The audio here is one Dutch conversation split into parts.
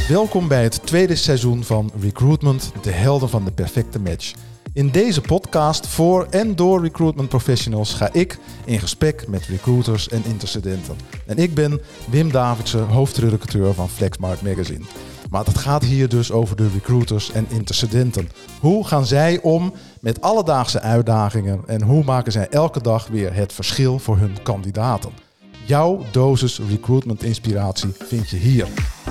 Welkom bij het tweede seizoen van Recruitment, de helden van de perfecte match. In deze podcast voor en door recruitment professionals ga ik in gesprek met recruiters en intercedenten. En ik ben Wim Davidsen, hoofdredacteur van Flexmarkt Magazine. Maar het gaat hier dus over de recruiters en intercedenten. Hoe gaan zij om met alledaagse uitdagingen en hoe maken zij elke dag weer het verschil voor hun kandidaten? Jouw dosis recruitment inspiratie vind je hier.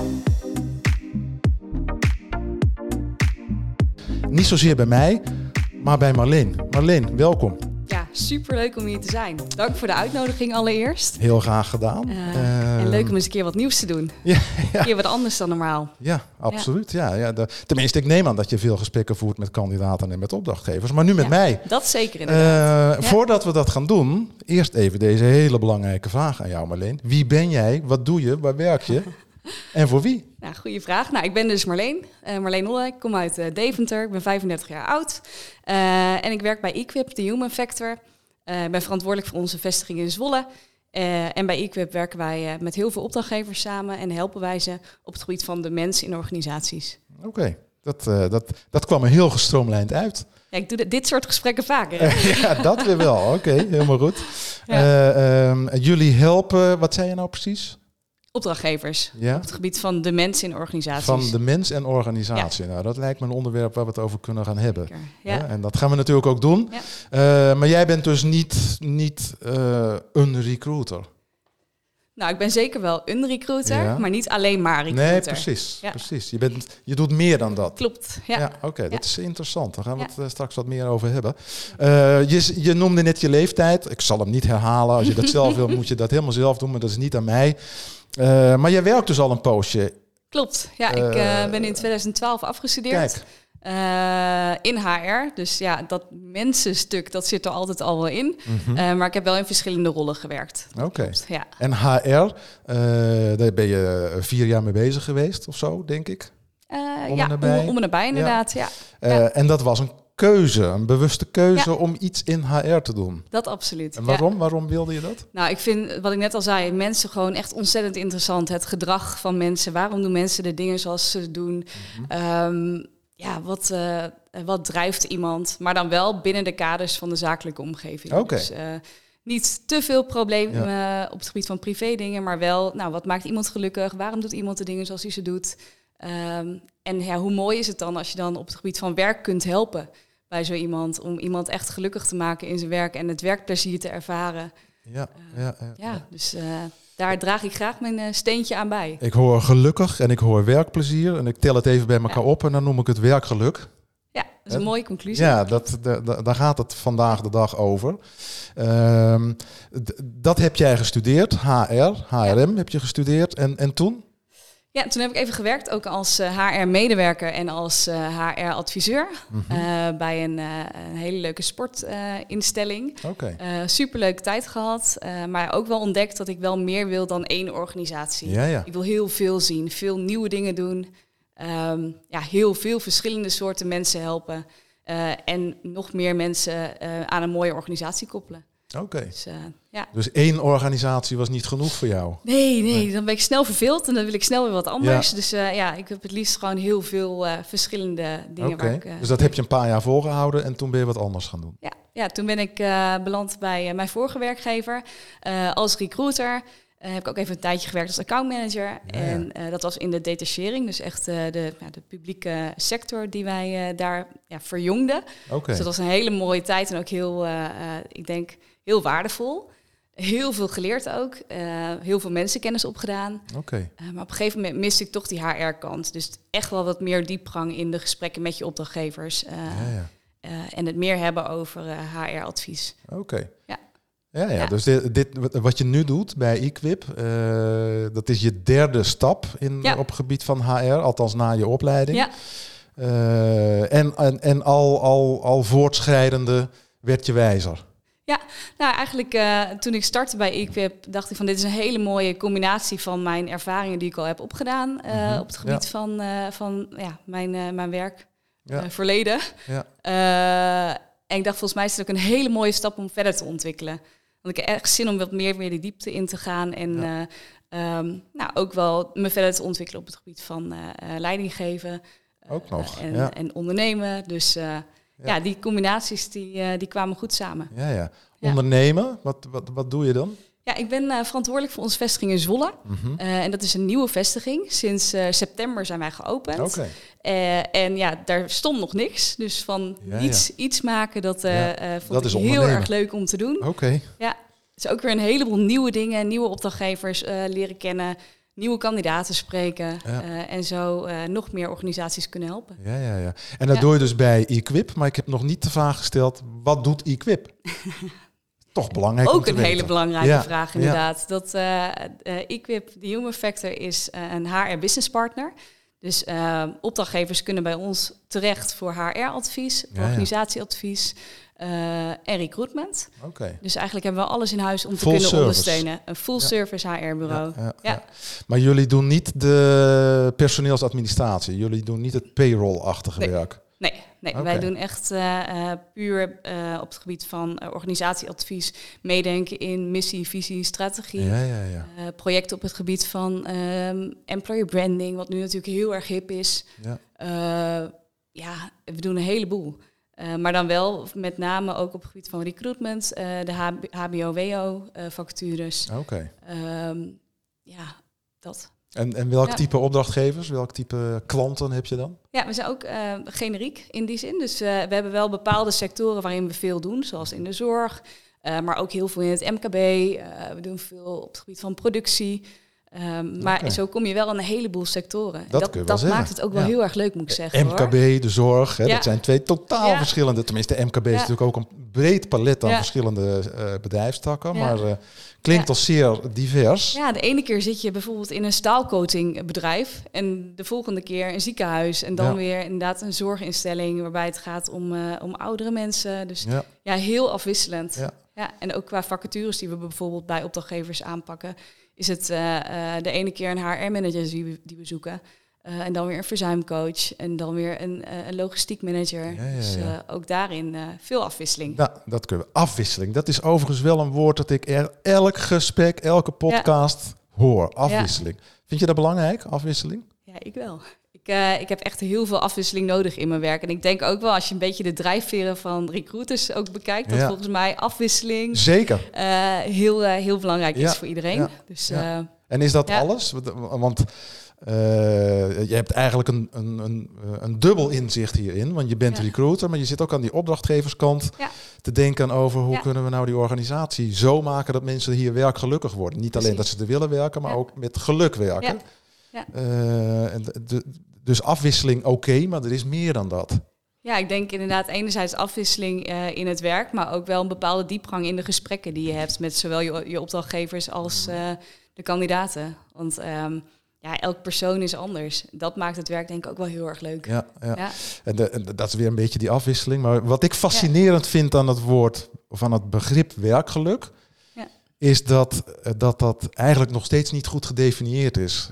Niet zozeer bij mij, maar bij Marleen. Marleen, welkom. Ja, superleuk om hier te zijn. Dank voor de uitnodiging allereerst. Heel graag gedaan. En leuk om eens een keer wat nieuws te doen. Ja. Een keer wat anders dan normaal. Ja, absoluut. Ja, tenminste, ik neem aan dat je veel gesprekken voert met kandidaten en met opdrachtgevers. Maar nu met mij. Dat zeker inderdaad. Voordat we dat gaan doen, eerst even deze hele belangrijke vraag aan jou, Marleen. Wie ben jij? Wat doe je? Waar werk je? En voor wie? Nou, goede vraag. Nou, ik ben dus Marleen. Marleen Holle. Ik kom uit Deventer. Ik ben 35 jaar oud. En ik werk bij Equip, de Human Factor. Ik ben verantwoordelijk voor onze vestiging in Zwolle. En bij Equip werken wij met heel veel opdrachtgevers samen en helpen wij ze op het gebied van de mens in organisaties. Oké, dat kwam er heel gestroomlijnd uit. Ja, ik doe dit soort gesprekken vaker. Ja, dat weer wel. Oké, helemaal goed. Ja. Jullie helpen, wat zei je nou precies? Opdrachtgevers op het gebied van de mens in organisaties. Van de mens en organisatie. Ja. Nou, dat lijkt me een onderwerp waar we het over kunnen gaan hebben. Ja. Ja, en dat gaan we natuurlijk ook doen. Ja. Maar jij bent dus niet een recruiter. Nou, ik ben zeker wel een recruiter, maar niet alleen maar recruiter. Nee, precies. Ja. Precies. Je doet meer dan dat. Klopt, ja. Ja, Oké, dat is interessant. Daar gaan we het straks wat meer over hebben. Je noemde net je leeftijd. Ik zal hem niet herhalen. Als je dat zelf wil, moet je dat helemaal zelf doen. Maar dat is niet aan mij. Maar jij werkt dus al een poosje. Klopt, ja. Ik ben in 2012 afgestudeerd. Kijk. In HR. Dus ja, dat mensenstuk, dat zit er altijd al wel in. Mm-hmm. Maar ik heb wel in verschillende rollen gewerkt. Oké. Ja. En HR, daar ben je 4 jaar mee bezig geweest of zo, denk ik? Om en nabij inderdaad, ja. En dat was een bewuste keuze om iets in HR te doen. Dat absoluut. En waarom? Waarom wilde je dat? Nou, ik vind, wat ik net al zei, mensen gewoon echt ontzettend interessant. Het gedrag van mensen. Waarom doen mensen de dingen zoals ze doen? Mm-hmm. Wat drijft iemand? Maar dan wel binnen de kaders van de zakelijke omgeving. Okay. Dus niet te veel problemen op het gebied van privé dingen, maar wel, wat maakt iemand gelukkig? Waarom doet iemand de dingen zoals hij ze doet? En hoe mooi is het dan als je dan op het gebied van werk kunt helpen bij zo iemand, om iemand echt gelukkig te maken in zijn werk en het werkplezier te ervaren. Dus daar draag ik graag mijn steentje aan bij. Ik hoor gelukkig en ik hoor werkplezier en ik tel het even bij elkaar op en dan noem ik het werkgeluk. Ja, dat is een mooie conclusie. Ja, daar gaat het vandaag de dag over. Dat heb jij gestudeerd, HRM heb je gestudeerd en toen? Ja, toen heb ik even gewerkt, ook als HR-medewerker en als HR-adviseur. Mm-hmm. Bij een hele leuke sportinstelling. Superleuke tijd gehad, maar ook wel ontdekt dat ik wel meer wil dan één organisatie. Ja. Ik wil heel veel zien, veel nieuwe dingen doen. Heel veel verschillende soorten mensen helpen. En nog meer mensen aan een mooie organisatie koppelen. Oké. Dus 1 organisatie was niet genoeg voor jou? Nee, dan ben ik snel verveeld en dan wil ik snel weer wat anders. Ja. Dus ik heb het liefst gewoon heel veel verschillende dingen. Waar dus dat heb je een paar jaar volgehouden en toen ben je wat anders gaan doen? Ja, toen ben ik beland bij mijn vorige werkgever als recruiter. Heb ik ook even een tijdje gewerkt als accountmanager. En dat was in de detachering, dus echt de publieke sector die wij daar verjongden. Dus dat was een hele mooie tijd en ook heel, ik denk, heel waardevol. Heel veel geleerd ook. Heel veel mensenkennis opgedaan. Maar op een gegeven moment miste ik toch die HR-kant. Dus echt wel wat meer diepgang in de gesprekken met je opdrachtgevers. En het meer hebben over HR-advies. Ja. Dus dit wat je nu doet bij Equip, dat is je derde stap op het gebied van HR, althans na je opleiding. Ja. En al voortschrijdende werd je wijzer. Ja, nou eigenlijk toen ik startte bij Equip dacht ik van dit is een hele mooie combinatie van mijn ervaringen die ik al heb opgedaan op het gebied van mijn werk verleden. Ja. En ik dacht volgens mij is het ook een hele mooie stap om verder te ontwikkelen. Want ik heb echt zin om wat meer weer de diepte in te gaan. En ook wel me verder te ontwikkelen op het gebied van leiding geven. Ook nog. En ondernemen. Dus die combinaties die kwamen goed samen. Ja. Ondernemen, wat doe je dan? Ja, ik ben verantwoordelijk voor onze vestiging in Zwolle. Mm-hmm. En dat is een nieuwe vestiging. Sinds september zijn wij geopend. Okay. En daar stond nog niks. Dus van iets maken, dat vond ik heel erg leuk om te doen. Oké. Ja, het is ook weer een heleboel nieuwe dingen, nieuwe opdrachtgevers leren kennen, nieuwe kandidaten spreken en zo nog meer organisaties kunnen helpen. Ja. En dat doe je dus bij Equip, maar ik heb nog niet de vraag gesteld, wat doet Equip? Toch belangrijk. Ook een hele belangrijke vraag inderdaad. Dat Equip, de Human Factor, is een HR business partner. Dus opdrachtgevers kunnen bij ons terecht voor HR-advies, organisatieadvies en recruitment. Okay. Dus eigenlijk hebben we alles in huis om te kunnen ondersteunen. Een full service HR-bureau. Ja. Maar jullie doen niet de personeelsadministratie. Jullie doen niet het payroll-achtige werk. Nee, wij doen echt puur op het gebied van organisatieadvies, meedenken in missie, visie, strategie. Projecten op het gebied van employer branding, wat nu natuurlijk heel erg hip is. We doen een heleboel. Maar dan wel met name ook op het gebied van recruitment, de HBO-WO vacatures. Dat. En welk type opdrachtgevers, welk type klanten heb je dan? Ja, we zijn ook generiek in die zin. Dus we hebben wel bepaalde sectoren waarin we veel doen, zoals in de zorg, maar ook heel veel in het MKB. We doen veel op het gebied van productie. Maar zo kom je wel in een heleboel sectoren. Dat maakt het ook wel heel erg leuk, moet ik zeggen. MKB, de zorg, dat zijn twee totaal verschillende. Tenminste, de MKB is natuurlijk ook een breed palet aan verschillende bedrijfstakken. Maar klinkt als zeer divers. Ja, de ene keer zit je bijvoorbeeld in een staalcoatingbedrijf. En de volgende keer een ziekenhuis. En dan weer inderdaad een zorginstelling waarbij het gaat om oudere mensen. Dus heel afwisselend. Ja, en ook qua vacatures die we bijvoorbeeld bij opdrachtgevers aanpakken, is het de ene keer een HR-manager die we zoeken. En dan weer een verzuimcoach. En dan weer een logistiek manager. Dus ook daarin veel afwisseling. Ja, dat kunnen we. Afwisseling. Dat is overigens wel een woord dat ik elk gesprek, elke podcast hoor. Afwisseling. Vind je dat belangrijk, afwisseling? Ja, ik wel. Ik heb echt heel veel afwisseling nodig in mijn werk. En ik denk ook wel, als je een beetje de drijfveren van recruiters ook bekijkt, dat volgens mij afwisseling zeker heel belangrijk is voor iedereen. Ja. Dus, en is dat alles? Want je hebt eigenlijk een dubbel inzicht hierin. Want je bent recruiter, maar je zit ook aan die opdrachtgeverskant te denken over hoe kunnen we nou die organisatie zo maken dat mensen hier werkgelukkig worden. Niet alleen dat ze er willen werken, maar ook met geluk werken. Dus afwisseling oké, maar er is meer dan dat. Ja, ik denk inderdaad enerzijds afwisseling in het werk, maar ook wel een bepaalde diepgang in de gesprekken die je hebt met zowel je opdrachtgevers als de kandidaten. Want elk persoon is anders. Dat maakt het werk denk ik ook wel heel erg leuk. Ja. En dat is weer een beetje die afwisseling. Maar wat ik fascinerend vind aan het woord, of aan het begrip werkgeluk, is dat eigenlijk nog steeds niet goed gedefinieerd is.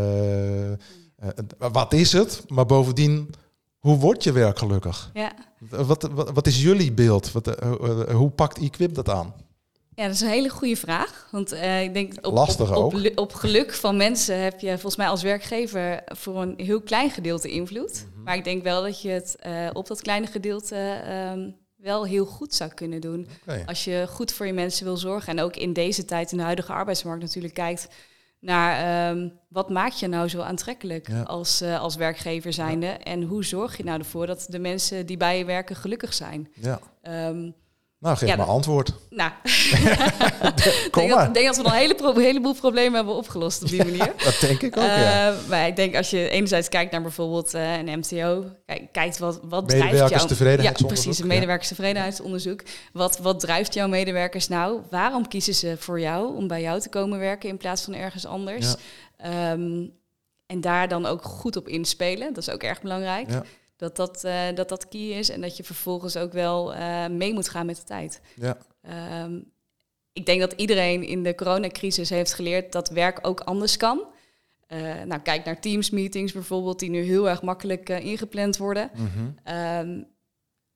Wat is het? Maar bovendien, hoe word je werkgelukkig? Ja. Wat is jullie beeld? Hoe pakt Equip dat aan? Ja, dat is een hele goede vraag. Want ik denk op geluk van mensen heb je volgens mij als werkgever voor een heel klein gedeelte invloed. Mm-hmm. Maar ik denk wel dat je het op dat kleine gedeelte wel heel goed zou kunnen doen. Okay. Als je goed voor je mensen wil zorgen. En ook in deze tijd in de huidige arbeidsmarkt natuurlijk kijkt naar wat maakt je nou zo aantrekkelijk als werkgever zijnde. En hoe zorg je nou ervoor dat de mensen die bij je werken gelukkig zijn. Ja. Nou, geef maar antwoord. Nou, ik denk dat we dan een heleboel problemen hebben opgelost op die manier. Dat denk ik ook, maar ik denk als je enerzijds kijkt naar bijvoorbeeld een MTO, kijkt wat drijft jou... Medewerkerstevredenheidsonderzoek. Ja, precies, een medewerkerstevredenheidsonderzoek. Wat drijft jouw medewerkers nou? Waarom kiezen ze voor jou om bij jou te komen werken in plaats van ergens anders? Ja. En daar dan ook goed op inspelen, dat is ook erg belangrijk. Ja. Dat key is en dat je vervolgens ook wel mee moet gaan met de tijd. Ja. Ik denk dat iedereen in de coronacrisis heeft geleerd dat werk ook anders kan. Kijk naar Teams meetings bijvoorbeeld, die nu heel erg makkelijk ingepland worden. Mm-hmm.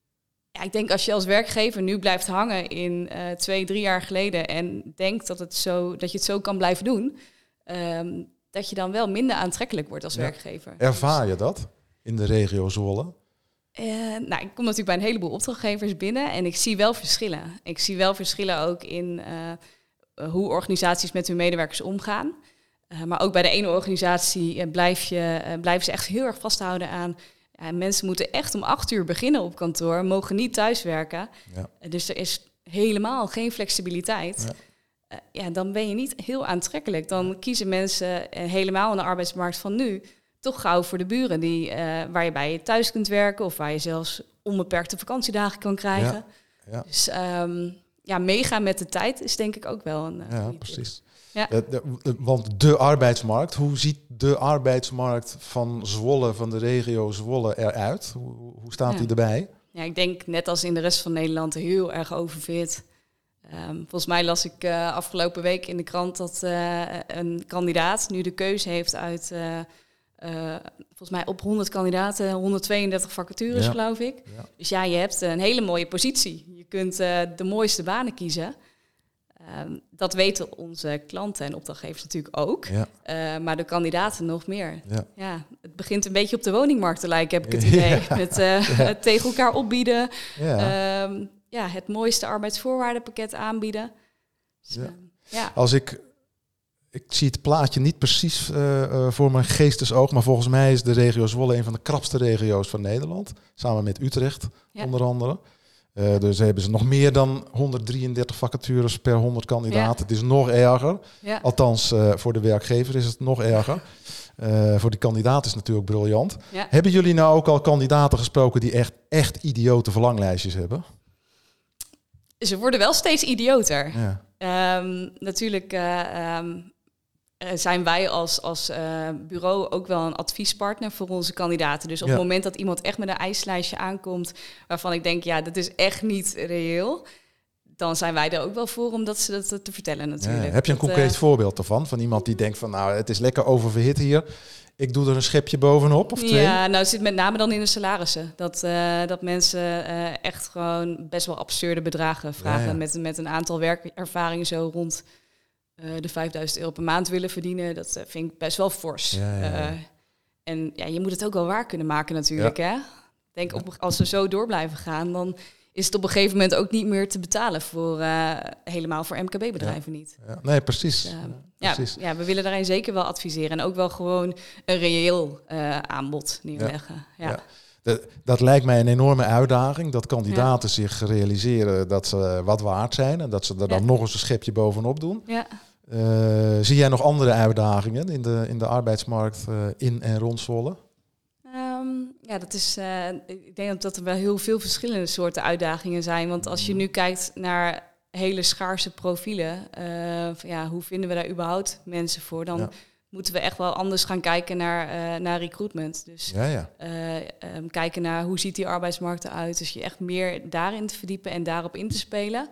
Ja, ik denk als je als werkgever nu blijft hangen in 2-3 jaar geleden en denkt dat je het zo kan blijven doen, dat je dan wel minder aantrekkelijk wordt als werkgever. Ervaar je dat in de regio Zwolle? Nou, ik kom natuurlijk bij een heleboel opdrachtgevers binnen en ik zie wel verschillen. Ik zie wel verschillen ook in hoe organisaties met hun medewerkers omgaan. Maar ook bij de ene organisatie blijven ze echt heel erg vasthouden aan... Ja, mensen moeten echt om 8:00 beginnen op kantoor, mogen niet thuiswerken. Ja. Dus er is helemaal geen flexibiliteit. Ja. Dan ben je niet heel aantrekkelijk. Dan kiezen mensen helemaal aan de arbeidsmarkt van nu toch gauw voor de buren waar je bij je thuis kunt werken of waar je zelfs onbeperkte vakantiedagen kan krijgen. Ja. Ja. Dus meegaan met de tijd is denk ik ook wel een... precies. Ja. Want de arbeidsmarkt, hoe ziet de arbeidsmarkt van Zwolle, van de regio Zwolle eruit? Hoe staat die erbij? Ja, ik denk net als in de rest van Nederland heel erg overfit. Volgens mij las ik afgelopen week in de krant dat een kandidaat nu de keuze heeft uit... volgens mij op 100 kandidaten, 132 vacatures geloof ik. Ja. Dus je hebt een hele mooie positie. Je kunt de mooiste banen kiezen. Dat weten onze klanten en opdrachtgevers natuurlijk ook. Ja. Maar de kandidaten nog meer. Ja. Ja, het begint een beetje op de woningmarkt te lijken, heb ik het idee. Ja. Met het tegen elkaar opbieden. Ja. Het mooiste arbeidsvoorwaardenpakket aanbieden. Dus, Als ik zie het plaatje niet precies voor mijn geestesoog, maar volgens mij is de regio Zwolle een van de krapste regio's van Nederland. Samen met Utrecht, onder andere. Dus hebben ze nog meer dan 133 vacatures per 100 kandidaten. Ja. Het is nog erger. Ja. Althans, voor de werkgever is het nog erger. Voor die kandidaat is het natuurlijk briljant. Ja. Hebben jullie nou ook al kandidaten gesproken die echt idiote verlanglijstjes hebben? Ze worden wel steeds idioter. Ja. Natuurlijk zijn wij als bureau ook wel een adviespartner voor onze kandidaten. Dus op het moment dat iemand echt met een eislijstje aankomt waarvan ik denk, dat is echt niet reëel, dan zijn wij er ook wel voor om ze dat te vertellen natuurlijk. Ja. Heb je een concreet voorbeeld ervan? Van iemand die denkt van, nou, het is lekker oververhit hier. Ik doe er een schepje bovenop of 2? Ja, nou, het zit met name dan in de salarissen. Dat mensen echt gewoon best wel absurde bedragen vragen met een aantal werkervaringen zo rond de €5.000 per maand willen verdienen. Dat vind ik best wel fors. Ja. En je moet het ook wel waar kunnen maken natuurlijk. Ja. Hè? Ik denk, als we zo door blijven gaan, dan is het op een gegeven moment ook niet meer te betalen voor helemaal voor MKB-bedrijven niet. Ja. Nee, precies. Dus, precies. Ja, we willen daarin zeker wel adviseren en ook wel gewoon een reëel aanbod neerleggen. Ja. Dat lijkt mij een enorme uitdaging, dat kandidaten zich realiseren dat ze wat waard zijn en dat ze er dan nog eens een schepje bovenop doen. Ja. Zie jij nog andere uitdagingen in de arbeidsmarkt in en rond Zwolle? Dat is. Ik denk dat er wel heel veel verschillende soorten uitdagingen zijn. Want als je nu kijkt naar hele schaarse profielen, hoe vinden we daar überhaupt mensen voor? Dan moeten we echt wel anders gaan kijken naar recruitment. Dus kijken naar hoe ziet die arbeidsmarkt eruit. Dus je echt meer daarin te verdiepen en daarop in te spelen.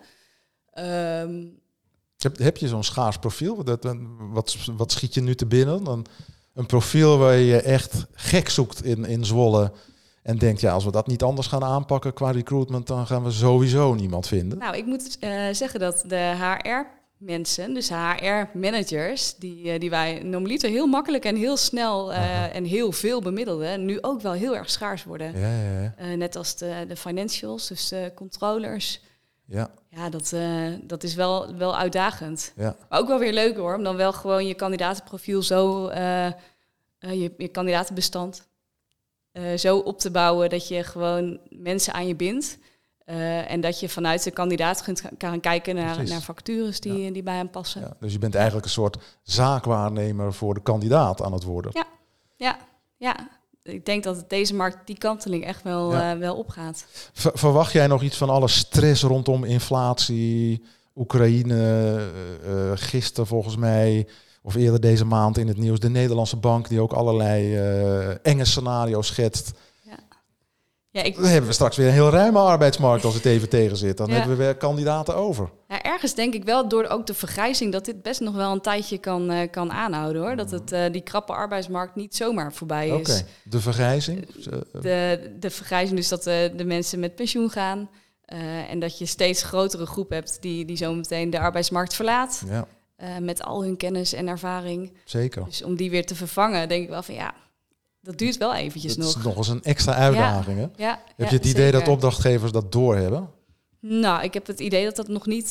Heb je zo'n schaars profiel? Wat schiet je nu te binnen? Een profiel waar je echt gek zoekt in Zwolle en denkt, als we dat niet anders gaan aanpakken qua recruitment, dan gaan we sowieso niemand vinden. Nou, ik moet zeggen dat de HR-mensen, dus HR-managers, die wij normaliter heel makkelijk en heel snel en heel veel bemiddelden, nu ook wel heel erg schaars worden. Ja. Net als de financials, dus de controllers. Ja, dat is wel uitdagend. Ja. Maar ook wel weer leuk hoor, om dan wel gewoon je kandidatenprofiel zo, je kandidatenbestand zo op te bouwen dat je gewoon mensen aan je bindt. En dat je vanuit de kandidaat kunt gaan kijken naar vacatures die bij hem passen. Ja, dus je bent eigenlijk een soort zaakwaarnemer voor de kandidaat aan het worden. Ja. Ik denk dat deze markt die kanteling echt wel opgaat. Verwacht jij nog iets van alle stress rondom inflatie, Oekraïne, gisteren volgens mij, of eerder deze maand in het nieuws, de Nederlandse bank die ook allerlei enge scenario's schetst. Ja, Dan hebben we straks weer een heel ruime arbeidsmarkt als het even tegen zit. Dan hebben we weer kandidaten over. Ja, ergens denk ik wel, door ook de vergrijzing, dat dit best nog wel een tijdje kan aanhouden, hoor. Dat het die krappe arbeidsmarkt niet zomaar voorbij is. Oké, de vergrijzing? De vergrijzing, dus dat de mensen met pensioen gaan. En dat je steeds grotere groep hebt die zo meteen de arbeidsmarkt verlaat. Ja. Met al hun kennis en ervaring. Zeker. Dus om die weer te vervangen, denk ik wel van dat duurt wel eventjes nog. Dat is nog eens een extra uitdaging, hè? Ja, Heb je het idee zeker dat opdrachtgevers dat doorhebben? Nou, ik heb het idee dat dat nog niet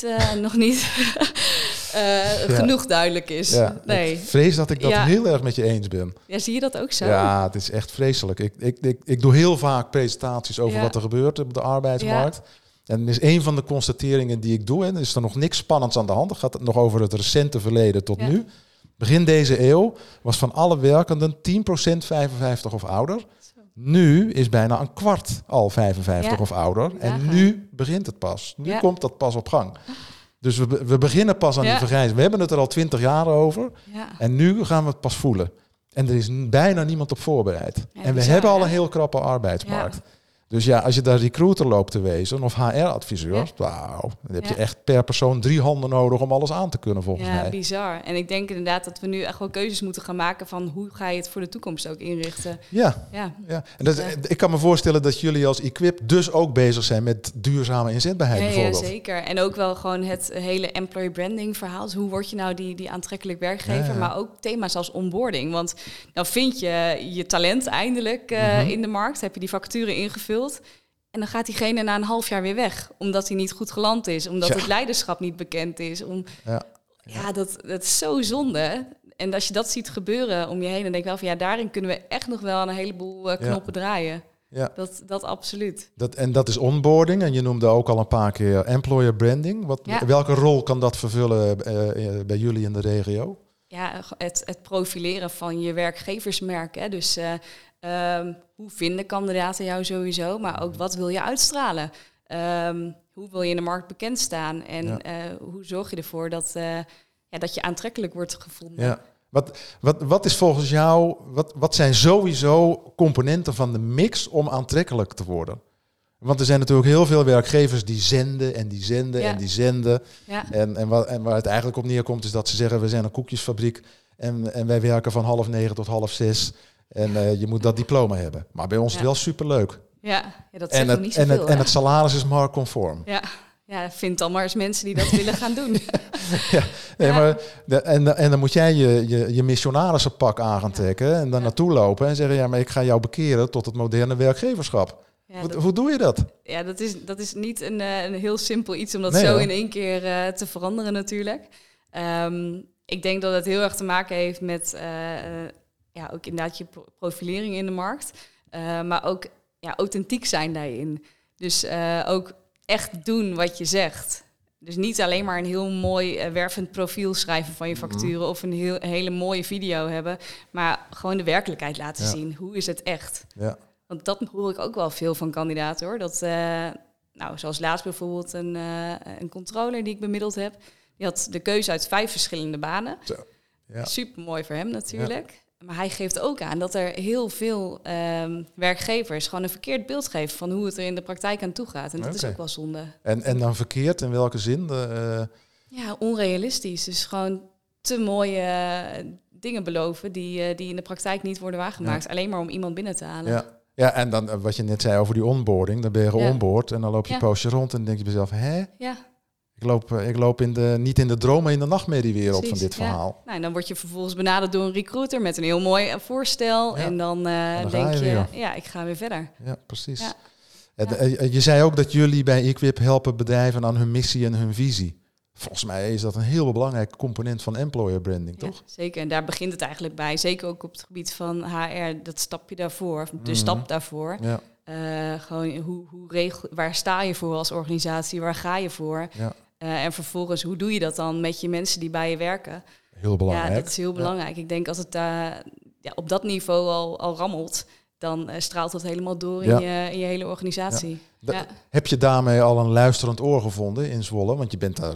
genoeg duidelijk is. Ja, nee. Ik vrees dat ik dat heel erg met je eens ben. Ja, zie je dat ook zo? Ja, het is echt vreselijk. Ik doe heel vaak presentaties over wat er gebeurt op de arbeidsmarkt. Ja. En dat is een van de constateringen die ik doe. En er is er nog niks spannends aan de hand. Het gaat nog over het recente verleden tot nu. Begin deze eeuw was van alle werkenden 10% 55 of ouder. Nu is bijna een kwart al 55 of ouder. En nu begint het pas. Nu komt dat pas op gang. Dus we beginnen pas aan die vergrijzing. We hebben het er al 20 jaar over. Ja. En nu gaan we het pas voelen. En er is bijna niemand op voorbereid. Ja, en we hebben al een heel krappe arbeidsmarkt. Ja. Dus ja, als je daar recruiter loopt te wezen of HR-adviseur, wauw, dan heb je echt per persoon 3 handen nodig om alles aan te kunnen volgens mij. Ja, bizar. En ik denk inderdaad dat we nu echt wel keuzes moeten gaan maken van hoe ga je het voor de toekomst ook inrichten. Ja. En ik kan me voorstellen dat jullie als Equip dus ook bezig zijn met duurzame inzetbaarheid bijvoorbeeld. Ja, zeker. En ook wel gewoon het hele employee branding verhaal. Dus hoe word je nou die aantrekkelijk werkgever, maar ook thema's als onboarding. Want dan vind je talent eindelijk in de markt, heb je die vacature ingevuld. En dan gaat diegene na een half jaar weer weg. Omdat hij niet goed geland is. Omdat het leiderschap niet bekend is. Dat is zo zonde. En als je dat ziet gebeuren om je heen, dan denk ik wel van daarin kunnen we echt nog wel een heleboel knoppen draaien. Ja. Dat absoluut. Dat is onboarding. En je noemde ook al een paar keer employer branding. Welke rol kan dat vervullen bij jullie in de regio? Ja, het profileren van je werkgeversmerk. Hè. Dus hoe vinden kandidaten jou sowieso? Maar ook wat wil je uitstralen? Hoe wil je in de markt bekend staan? En hoe zorg je ervoor dat je aantrekkelijk wordt gevonden? Ja. Wat is volgens jou, wat zijn sowieso componenten van de mix om aantrekkelijk te worden? Want er zijn natuurlijk heel veel werkgevers die zenden en die zenden en die zenden. Ja. En waar het eigenlijk op neerkomt is dat ze zeggen, we zijn een koekjesfabriek en wij werken van 8:30 tot 6:30. En je moet dat diploma hebben. Maar bij ons is het wel superleuk. Ja, dat zegt nog niet zoveel. En het salaris is marktconform. Ja, vind dan maar eens mensen die dat willen gaan doen. Maar en dan moet jij je missionarissenpak aan gaan trekken en dan naartoe lopen en zeggen, maar ik ga jou bekeren tot het moderne werkgeverschap. Ja, hoe doe je dat? Ja, dat is niet een heel simpel iets om dat zo in één keer te veranderen natuurlijk. Ik denk dat het heel erg te maken heeft met ook inderdaad je profilering in de markt. Maar ook authentiek zijn daarin. Dus ook echt doen wat je zegt. Dus niet alleen maar een heel mooi wervend profiel schrijven van je facturen of een hele mooie video hebben, maar gewoon de werkelijkheid laten zien. Hoe is het echt? Ja. Want dat hoor ik ook wel veel van kandidaten, hoor. Dat, zoals laatst bijvoorbeeld een controller die ik bemiddeld heb, die had de keuze uit 5 verschillende banen. Ja. Super mooi voor hem natuurlijk. Ja. Maar hij geeft ook aan dat er heel veel werkgevers gewoon een verkeerd beeld geven van hoe het er in de praktijk aan toe gaat. En dat is ook wel zonde. En dan verkeerd in welke zin? Ja, onrealistisch. Dus gewoon te mooie dingen beloven die in de praktijk niet worden waargemaakt. Ja. Alleen maar om iemand binnen te halen. Ja, en dan wat je net zei over die onboarding. Dan ben je geonboard en dan loop je een poosje rond en dan denk je bij jezelf, hè? Ja. Ik loop niet in de droom, maar in de nachtmerriewereld van dit verhaal. Nou, en dan word je vervolgens benaderd door een recruiter met een heel mooi voorstel. Ja. En dan denk je, ik ga weer verder. Ja, precies. Ja. Je zei ook dat jullie bij Equip helpen bedrijven aan hun missie en hun visie. Volgens mij is dat een heel belangrijk component van employer branding, toch? Zeker, en daar begint het eigenlijk bij. Zeker ook op het gebied van HR, dat stapje daarvoor, de stap daarvoor. Ja. Gewoon waar sta je voor als organisatie, waar ga je voor? Ja. En vervolgens, hoe doe je dat dan met je mensen die bij je werken? Heel belangrijk. Ja, dat is heel belangrijk. Ik denk als het op dat niveau al rammelt, dan straalt dat helemaal door in je hele organisatie. Ja. Heb je daarmee al een luisterend oor gevonden in Zwolle? Want je bent daar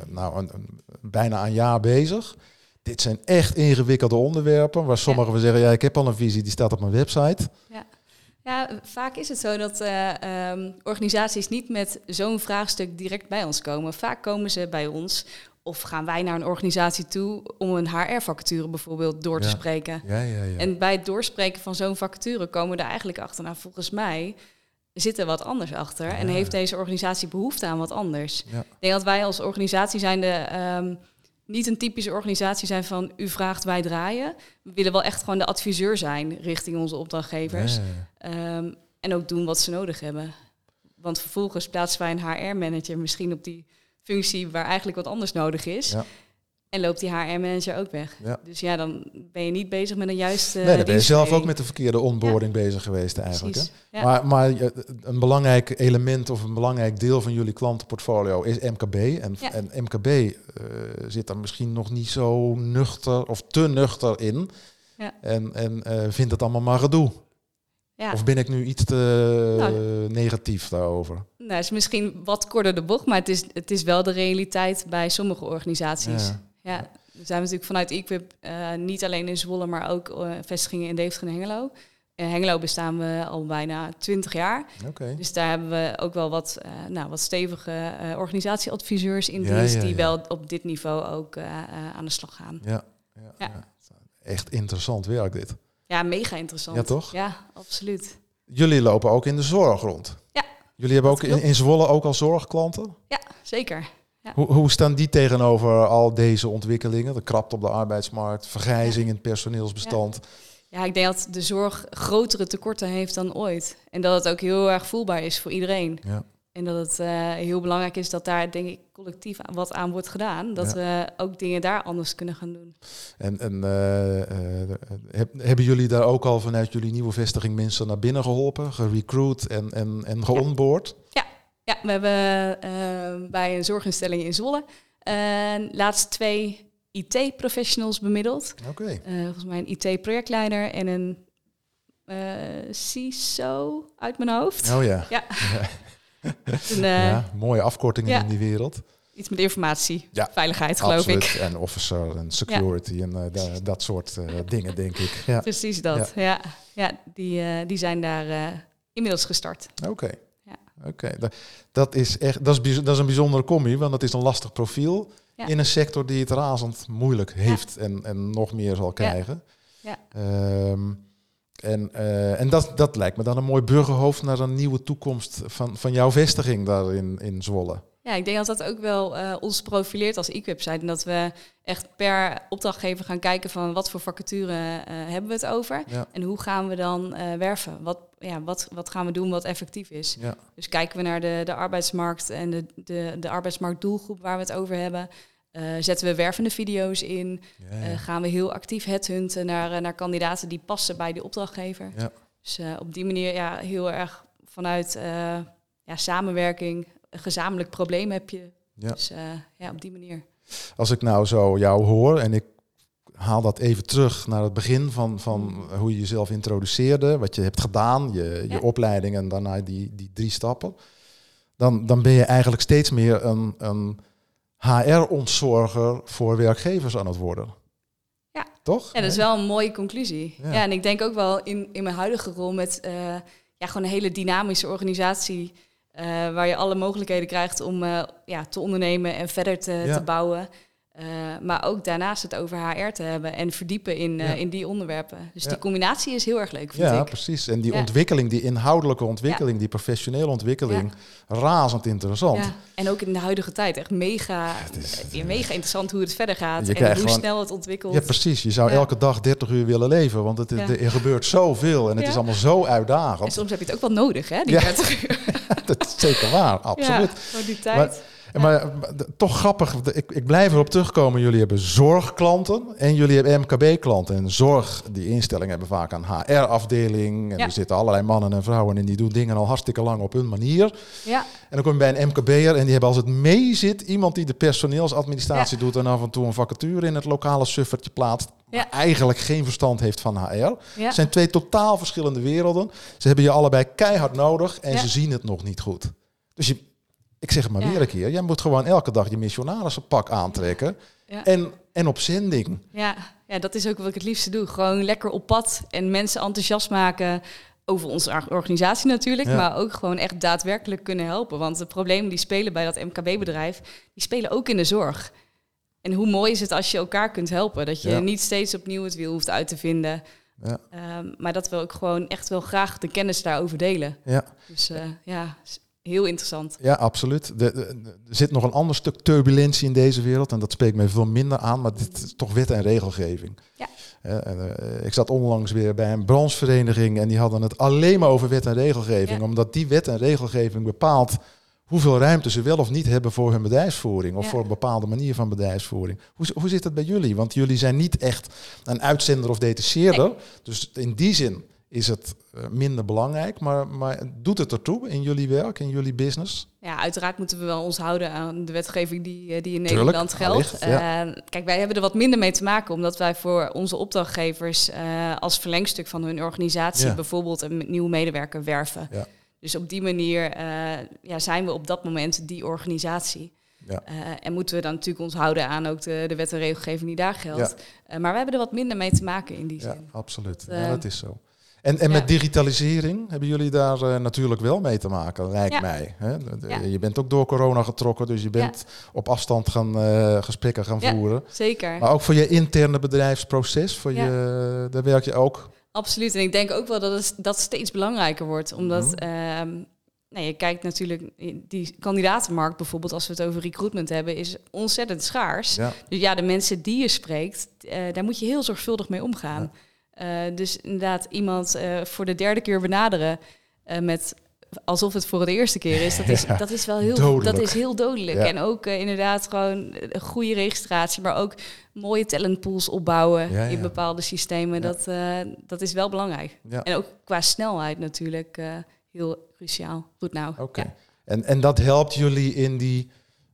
bijna een jaar bezig. Dit zijn echt ingewikkelde onderwerpen waar sommigen zeggen, ik heb al een visie, die staat op mijn website. Ja. Ja, vaak is het zo dat organisaties niet met zo'n vraagstuk direct bij ons komen. Vaak komen ze bij ons of gaan wij naar een organisatie toe om een HR-vacature bijvoorbeeld door te spreken. Ja. En bij het doorspreken van zo'n vacature komen we er eigenlijk achter. Nou, volgens mij zit er wat anders achter en heeft deze organisatie behoefte aan wat anders. Ja. Ik denk dat wij als organisatie zijnde niet een typische organisatie zijn van u vraagt, wij draaien. We willen wel echt gewoon de adviseur zijn richting onze opdrachtgevers. En ook doen wat ze nodig hebben. Want vervolgens plaatsen wij een HR-manager misschien op die functie waar eigenlijk wat anders nodig is. Ja. En loopt die HR-manager ook weg. Ja. Dus ja, dan ben je niet bezig met een juiste dan ben je zelf ook met de verkeerde onboarding bezig geweest eigenlijk. Hè? Ja. Maar een belangrijk element of een belangrijk deel van jullie klantenportfolio is MKB. En MKB zit daar misschien nog niet zo nuchter of te nuchter in. Ja. En vindt het allemaal maar gedoe. Ja. Of ben ik nu iets te negatief daarover? Nou, het is misschien wat korter de bocht, maar het is wel de realiteit bij sommige organisaties. Ja, we zijn natuurlijk vanuit Equip niet alleen in Zwolle, maar ook vestigingen in Deventer en Hengelo. In Hengelo bestaan we al bijna 20 jaar. Okay. Dus daar hebben we ook wel wat stevige organisatieadviseurs in dienst die wel op dit niveau ook aan de slag gaan. Ja. Echt interessant werk dit. Ja, mega interessant. Ja, toch? Ja, absoluut. Jullie lopen ook in de zorg rond. Ja. Jullie hebben ook in Zwolle ook al zorgklanten? Ja, zeker. Ja. Hoe staan die tegenover al deze ontwikkelingen? De krapte op de arbeidsmarkt, vergrijzing in het personeelsbestand. Ja, ik denk dat de zorg grotere tekorten heeft dan ooit. En dat het ook heel erg voelbaar is voor iedereen. Ja. En dat het heel belangrijk is dat daar, denk ik, collectief wat aan wordt gedaan. Dat we ook dingen daar anders kunnen gaan doen. En hebben jullie daar ook al vanuit jullie nieuwe vestiging mensen naar binnen geholpen, gerecruit en geonboard? Ja, we hebben bij een zorginstelling in Zwolle laatst 2 IT-professionals bemiddeld. Okay. Volgens mij een IT-projectleider en een CISO uit mijn hoofd. Oh ja. Mooie afkortingen in die wereld. Iets met informatie, veiligheid geloof ik. En officer en security en dat soort dingen, denk ik. Ja. Precies dat, die zijn daar inmiddels gestart. Oké. Dat is een bijzondere combi, want het is een lastig profiel in een sector die het razend moeilijk heeft en nog meer zal krijgen. Ja. En dat lijkt me dan een mooi burgerhoofd naar een nieuwe toekomst van jouw vestiging daar in Zwolle. Ja, ik denk dat dat ook wel ons profileert als Equip zijn. En dat we echt per opdrachtgever gaan kijken van wat voor vacature hebben we het over. Ja. En hoe gaan we dan werven? Wat gaan we doen wat effectief is? Ja. Dus kijken we naar de arbeidsmarkt en de arbeidsmarktdoelgroep waar we het over hebben. Zetten we wervende video's in? Gaan we heel actief headhunten naar kandidaten die passen bij de opdrachtgever? Ja. Dus op die manier heel erg vanuit samenwerking, een gezamenlijk probleem heb je. Ja. Dus op die manier. Als ik nou zo jou hoor en ik haal dat even terug naar het begin van hoe je jezelf introduceerde, wat je hebt gedaan, je opleiding en daarna die 3 stappen, dan ben je eigenlijk steeds meer een HR-ontzorger voor werkgevers aan het worden. Ja. Toch? Ja, dat is wel een mooie conclusie. Ja, en ik denk ook wel in mijn huidige rol met gewoon een hele dynamische organisatie, waar je alle mogelijkheden krijgt om te ondernemen en verder te bouwen. Maar ook daarnaast het over HR te hebben en verdiepen in die onderwerpen. Dus die combinatie is heel erg leuk, vind ik. Ja, precies. En die ontwikkeling, die inhoudelijke ontwikkeling, die professionele ontwikkeling, razend interessant. Ja. En ook in de huidige tijd echt mega interessant hoe het verder gaat en hoe snel het ontwikkelt. Ja, precies. Je zou elke dag 30 uur willen leven, want er gebeurt zoveel en het is allemaal zo uitdagend. En soms heb je het ook wel nodig, hè, die 30 uur. Dat is zeker waar, absoluut. Ja, voor die tijd. Maar toch grappig, ik blijf erop terugkomen. Jullie hebben zorgklanten en jullie hebben MKB-klanten. En zorg, die instellingen hebben vaak een HR-afdeling. En er zitten allerlei mannen en vrouwen in die doen dingen al hartstikke lang op hun manier. Ja. En dan kom je bij een MKB'er en die hebben als het mee zit iemand die de personeelsadministratie doet en af en toe een vacature in het lokale suffertje plaatst. Maar eigenlijk geen verstand heeft van HR. Ja. Het zijn 2 totaal verschillende werelden. Ze hebben je allebei keihard nodig en ze zien het nog niet goed. Dus ik zeg het maar weer een keer. Jij moet gewoon elke dag je missionarissenpak aantrekken. Ja. En op zending. Ja, dat is ook wat ik het liefste doe. Gewoon lekker op pad en mensen enthousiast maken over onze organisatie natuurlijk, maar ook gewoon echt daadwerkelijk kunnen helpen. Want de problemen die spelen bij dat MKB-bedrijf, die spelen ook in de zorg. En hoe mooi is het als je elkaar kunt helpen? Dat je niet steeds opnieuw het wiel hoeft uit te vinden. Ja. Maar dat we ook gewoon echt wel graag de kennis daarover delen. Ja. Dus heel interessant. Ja, absoluut. Er zit nog een ander stuk turbulentie in deze wereld. En dat spreekt mij veel minder aan. Maar dit is toch wet en regelgeving. Ja. Ik zat onlangs weer bij een branchevereniging. En die hadden het alleen maar over wet en regelgeving. Ja. Omdat die wet en regelgeving bepaalt hoeveel ruimte ze wel of niet hebben voor hun bedrijfsvoering. Of voor een bepaalde manier van bedrijfsvoering. Hoe zit het bij jullie? Want jullie zijn niet echt een uitzender of detacheerder. Nee. Dus in die zin is het minder belangrijk. Maar doet het ertoe in jullie werk, in jullie business? Ja, uiteraard moeten we wel ons houden aan de wetgeving die in Nederland geldt. Kijk, wij hebben er wat minder mee te maken, omdat wij voor onze opdrachtgevers als verlengstuk van hun organisatie bijvoorbeeld een nieuwe medewerker werven. Ja. Dus op die manier zijn we op dat moment die organisatie. Ja. En moeten we dan natuurlijk ons houden aan ook de wet en regelgeving die daar geldt. Ja. Maar we hebben er wat minder mee te maken in die zin. Ja, absoluut. Dat is zo. En met digitalisering hebben jullie daar natuurlijk wel mee te maken, lijkt mij. Hè? Je bent ook door corona getrokken, dus je bent op afstand gesprekken gaan voeren. Zeker. Maar ook voor je interne bedrijfsproces, daar werk je ook. Absoluut. En ik denk ook wel dat dat steeds belangrijker wordt. Omdat je kijkt natuurlijk, die kandidatenmarkt bijvoorbeeld, als we het over recruitment hebben, is ontzettend schaars. Ja. Dus de mensen die je spreekt, daar moet je heel zorgvuldig mee omgaan. Ja. Dus inderdaad, iemand voor de derde keer benaderen met alsof het voor de eerste keer is, dat is wel heel dodelijk. Dat is heel dodelijk. Ja. En ook inderdaad gewoon een goede registratie, maar ook mooie talentpools opbouwen in bepaalde systemen. Ja. Dat is wel belangrijk. Ja. En ook qua snelheid natuurlijk heel cruciaal. Goed nou. Okay. Ja. En dat helpt jullie in die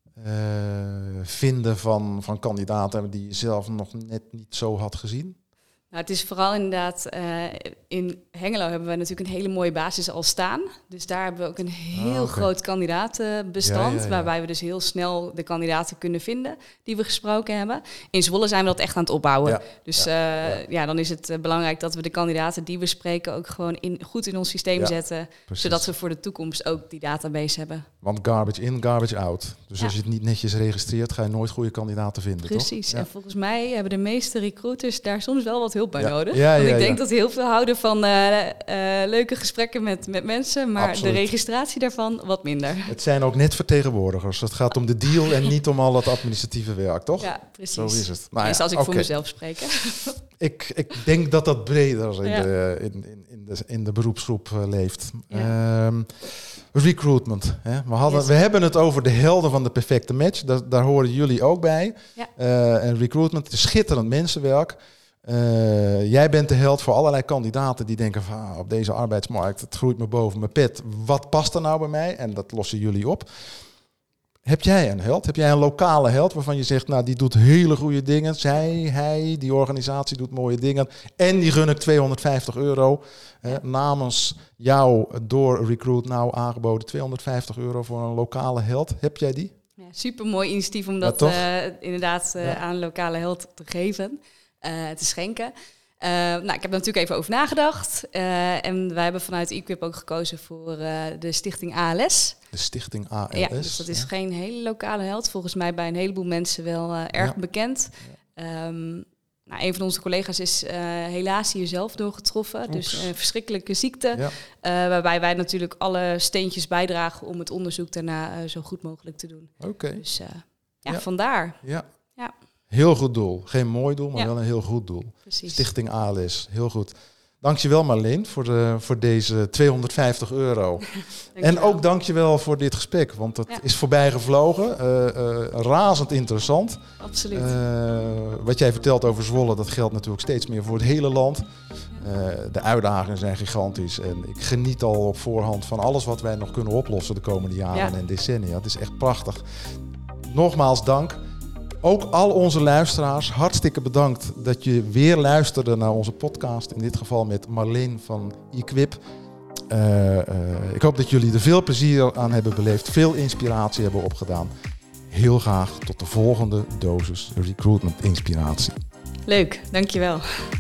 vinden van kandidaten die je zelf nog net niet zo had gezien? Nou, het is vooral inderdaad, in Hengelo hebben we natuurlijk een hele mooie basis al staan. Dus daar hebben we ook een heel groot kandidatenbestand, waarbij we dus heel snel de kandidaten kunnen vinden die we gesproken hebben. In Zwolle zijn we dat echt aan het opbouwen. Ja. Dus dan is het belangrijk dat we de kandidaten die we spreken ook gewoon goed in ons systeem zetten. Precies. Zodat we voor de toekomst ook die database hebben. Want garbage in, garbage out. Dus als je het niet netjes registreert, ga je nooit goede kandidaten vinden, Precies. Toch? En volgens mij hebben de meeste recruiters daar soms wel wat hulp bij nodig. Want ik denk dat heel veel houden van leuke gesprekken met mensen, maar absoluut. De registratie daarvan wat minder. Het zijn ook net vertegenwoordigers. Het gaat om de deal en niet om al het administratieve werk, toch? Ja, precies. Zo is het. Dus als ik voor mezelf spreek. Ik denk dat dat breder in de beroepsgroep leeft. Ja. Recruitment. Hè? We hebben het over de helden van de perfecte match. Daar horen jullie ook bij. Ja. En recruitment is schitterend mensenwerk. Jij bent de held voor allerlei kandidaten die denken van op deze arbeidsmarkt, het groeit me boven mijn pet. Wat past er nou bij mij? En dat lossen jullie op. Heb jij een held? Heb jij een lokale held waarvan je zegt, nou die doet hele goede dingen. Hij, die organisatie doet mooie dingen. En die gun ik €250 namens jou door Recruit Now aangeboden. €250 voor een lokale held. Heb jij die? Ja, supermooi initiatief om dat inderdaad aan een lokale held te geven. Te schenken. Ik heb er natuurlijk even over nagedacht. En wij hebben vanuit Equip ook gekozen voor de stichting ALS. De stichting ALS? Ja, dus dat is geen hele lokale held. Volgens mij bij een heleboel mensen wel erg bekend. Ja. Een van onze collega's is helaas hier zelf door getroffen. Oeps. Dus een verschrikkelijke ziekte. Ja. Waarbij wij natuurlijk alle steentjes bijdragen om het onderzoek daarna zo goed mogelijk te doen. Oké. Dus vandaar. Ja. Heel goed doel. Geen mooi doel, maar wel een heel goed doel. Precies. Stichting ALS. Heel goed. Dankjewel Marleen voor deze €250. En ook dankjewel voor dit gesprek, want het is voorbij gevlogen. Razend interessant. Absoluut. Wat jij vertelt over Zwolle, dat geldt natuurlijk steeds meer voor het hele land. De uitdagingen zijn gigantisch. En ik geniet al op voorhand van alles wat wij nog kunnen oplossen de komende jaren en decennia. Het is echt prachtig. Nogmaals dank. Ook al onze luisteraars, hartstikke bedankt dat je weer luisterde naar onze podcast. In dit geval met Marleen van Equip. Ik hoop dat jullie er veel plezier aan hebben beleefd. Veel inspiratie hebben opgedaan. Heel graag tot de volgende dosis recruitment inspiratie. Leuk, dankjewel.